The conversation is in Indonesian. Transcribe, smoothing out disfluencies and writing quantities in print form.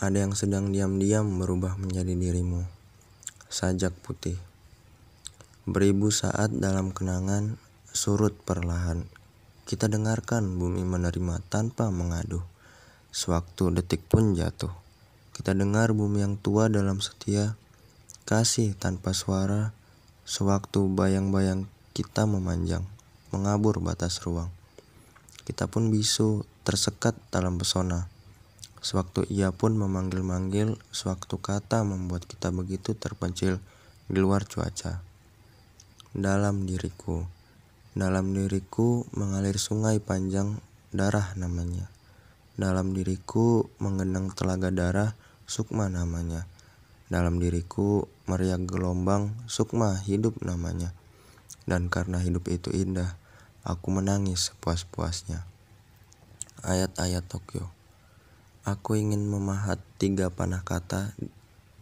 Ada yang sedang diam-diam berubah menjadi dirimu. Sajak putih. Beribu saat dalam kenangan surut perlahan. Kita dengarkan bumi menerima tanpa mengadu. Sewaktu detik pun jatuh. Kita dengar bumi yang tua dalam setia. Kasih tanpa suara. Sewaktu bayang-bayang kita memanjang, mengabur batas ruang. Kita pun bisu, tersekat dalam pesona. Sewaktu ia pun memanggil-manggil, sewaktu kata membuat kita begitu terpencil di luar cuaca. Dalam diriku mengalir sungai panjang, darah namanya. Dalam diriku menggenang telaga darah, sukma namanya. Dalam diriku meriak gelombang, sukma hidup namanya. Dan karena hidup itu indah, aku menangis sepuas-puasnya. Ayat-ayat Tokyo. Aku ingin memahat 3 panah kata